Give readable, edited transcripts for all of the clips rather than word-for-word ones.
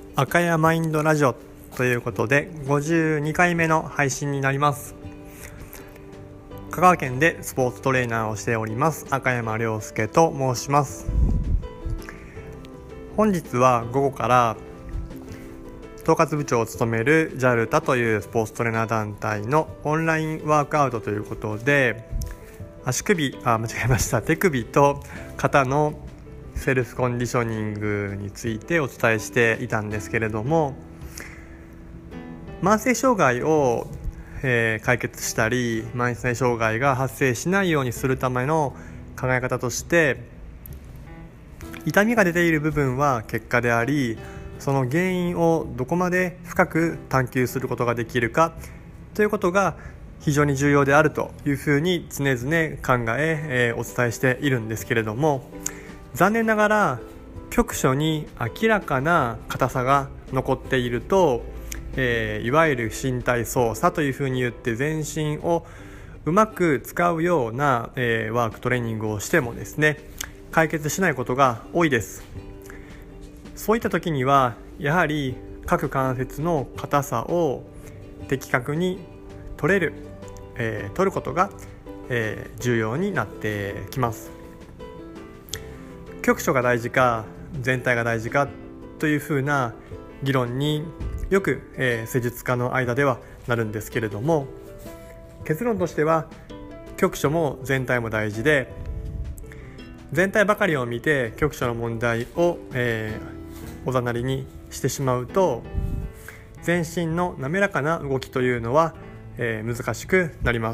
赤谷マインドラジオということで52回目の配信になります。香川県でスポーツトレーナーをしております赤山亮介と申します。本日は午後から統括部長を務める JALTA というスポーツトレーナー団体のオンラインワークアウトということで、手首と肩のセルフコンディショニングについてお伝えしていたんですけれども、慢性障害を、解決したり慢性障害が発生しないようにするための考え方として、痛みが出ている部分は結果であり、その原因をどこまで深く探求することができるかということが非常に重要であるというふうに常々考え、お伝えしているんですけれども、残念ながら局所に明らかな硬さが残っていると、いわゆる身体操作というふうに言って全身をうまく使うような、ワークトレーニングをしてもですね、解決しないことが多いです。そういった時にはやはり各関節の硬さを的確に取ることが、重要になってきます。局所が大事か全体が大事かというふうな議論によく、施術家の間ではなるんですけれども、結論としては局所も全体も大事で、全体ばかりを見て局所の問題を、おざなりにしてしまうと、全身の滑らかな動きというのは、難しくなります。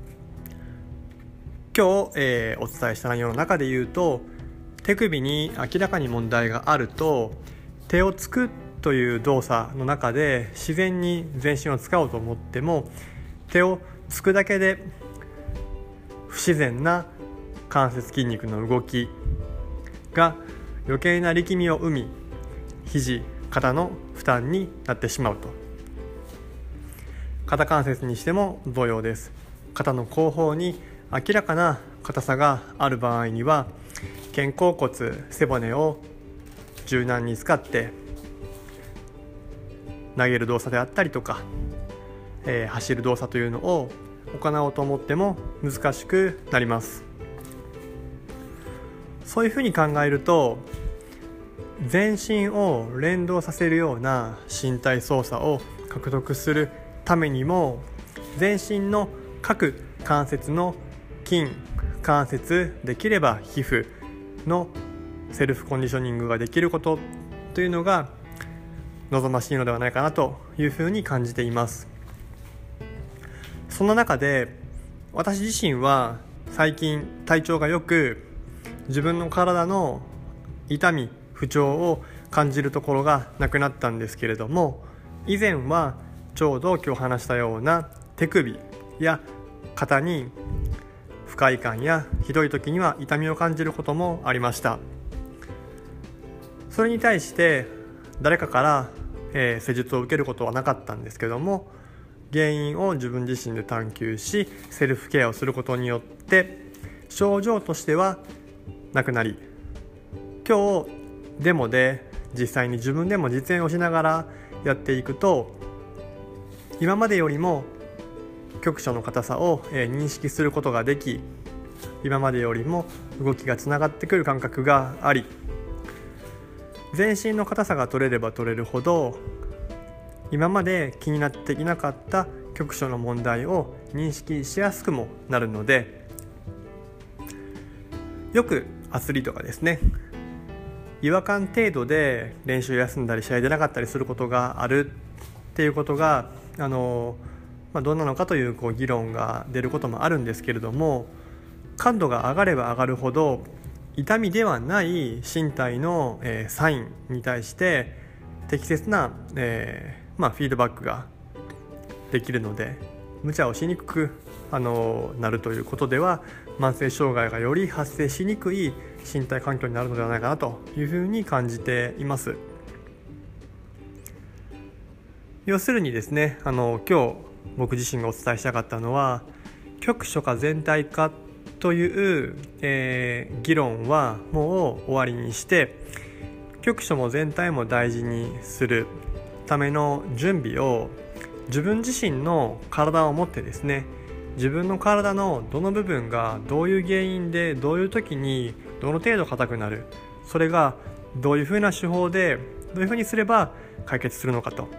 今日、お伝えした内容の中で言うと、手首に明らかに問題があると、手をつくという動作の中で自然に全身を使おうと思っても、手をつくだけで不自然な関節筋肉の動きが余計な力みを生み、肘、肩の負担になってしまうと。肩関節にしても同様です。肩の後方に明らかな硬さがある場合には、肩甲骨、背骨を柔軟に使って投げる動作であったりとか、走る動作というのを行おうと思っても難しくなります。そういうふうに考えると、全身を連動させるような身体操作を獲得するためにも、全身の各関節の筋関節、できれば皮膚のセルフコンディショニングができることというのが望ましいのではないかなというふうに感じています。その中で私自身は最近体調が良く、自分の体の痛み不調を感じるところがなくなったんですけれども、以前はちょうど今日話したような手首や肩に不快感やひどい時には痛みを感じることもありました。それに対して誰かから、施術を受けることはなかったんですけども、原因を自分自身で探求しセルフケアをすることによって症状としてはなくなり、今日デモで実際に自分でも実演をしながらやっていくと、今までよりも局所の硬さを認識することができ、今までよりも動きがつながってくる感覚があり、全身の硬さが取れれば取れるほど、今まで気になっていなかった局所の問題を認識しやすくもなるので、よくアスリートがですね、違和感程度で練習休んだり試合出なかったりすることがあるっていうことがどんなのかという議論が出ることもあるんですけれども、感度が上がれば上がるほど痛みではない身体の、サインに対して適切な、フィードバックができるので、無茶をしにくくなるということでは、慢性障害がより発生しにくい身体環境になるのではないかなというふうに感じています。要するにですね、今日僕自身がお伝えしたかったのは、局所か全体かという、議論はもう終わりにして、 局所も全体も大事にするための準備を自分自身の体を持ってですね、自分の体のどの部分がどういう原因でどういう時にどの程度硬くなる、それがどういうふうな手法でどういうふうにすれば解決するのかと、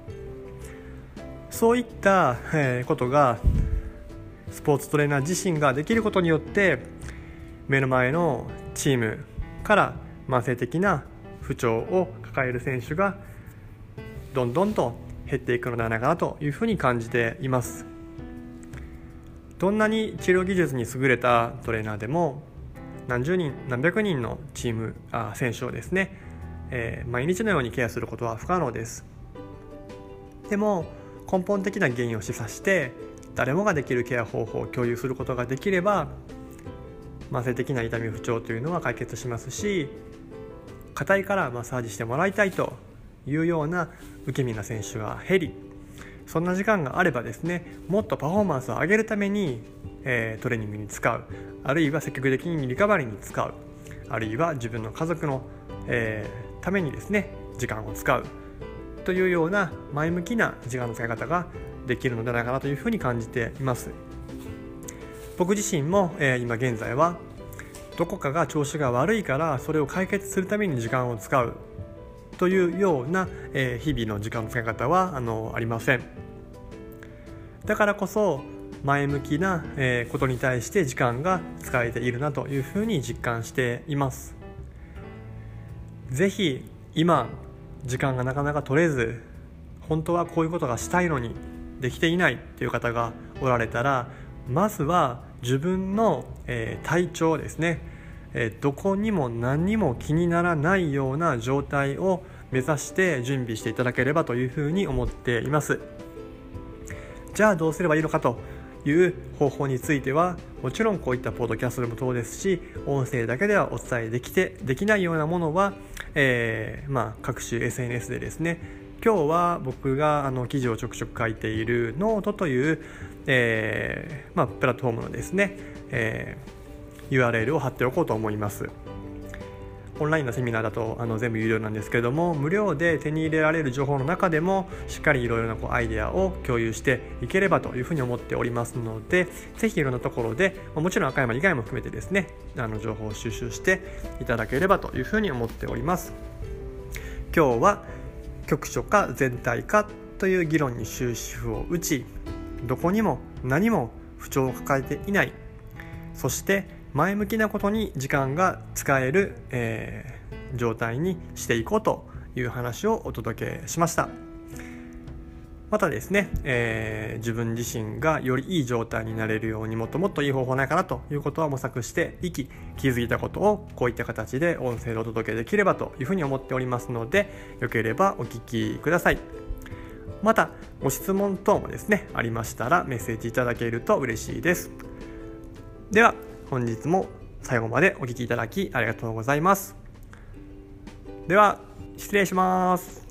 そういったことがスポーツトレーナー自身ができることによって、目の前のチームから慢性的な不調を抱える選手がどんどんと減っていくのではないかなというふうに感じています。どんなに治療技術に優れたトレーナーでも何十人何百人の選手をですね、毎日のようにケアすることは不可能です。でも根本的な原因を示唆して誰もができるケア方法を共有することができれば、慢性的な痛み不調というのは解決しますし、硬いからマッサージしてもらいたいというような受け身な選手が減り、そんな時間があればですね、もっとパフォーマンスを上げるために、トレーニングに使う、あるいは積極的にリカバリーに使う、あるいは自分の家族の、ためにですね時間を使うというような前向きな時間の使い方ができるのではないかなというふうに感じています。僕自身も、今現在はどこかが調子が悪いからそれを解決するために時間を使うというような、日々の時間の使い方はありません。だからこそ前向きな、ことに対して時間が使えているなというふうに実感しています。ぜひ今時間がなかなか取れず、本当はこういうことがしたいのにできていないという方がおられたら、まずは自分の、体調ですね、どこにも何にも気にならないような状態を目指して準備していただければというふうに思っています。じゃあどうすればいいのかという方法については、もちろんこういったポッドキャストでもそうですし、音声だけではお伝えできないようなものは、各種 SNS でですね、今日は僕が記事をちょくちょく書いているノートという、プラットフォームのですね、URL を貼っておこうと思います。オンラインのセミナーだと全部有料なんですけれども、無料で手に入れられる情報の中でもしっかりいろいろなアイデアを共有していければというふうに思っておりますので、ぜひいろんなところで、もちろん赤山以外も含めてですね、情報を収集していただければというふうに思っております。今日は局所か全体かという議論に終止符を打ち、どこにも何も不調を抱えていない、そして前向きなことに時間が使える、状態にしていこうという話をお届けしました。またですね、自分自身がよりいい状態になれるようにもっともっといい方法ないかなということは模索して気づいたことをこういった形で音声でお届けできればというふうに思っておりますので、よければお聞きください。またご質問等もですねありましたらメッセージいただけると嬉しいです。では本日も最後までお聞きいただきありがとうございます。では失礼します。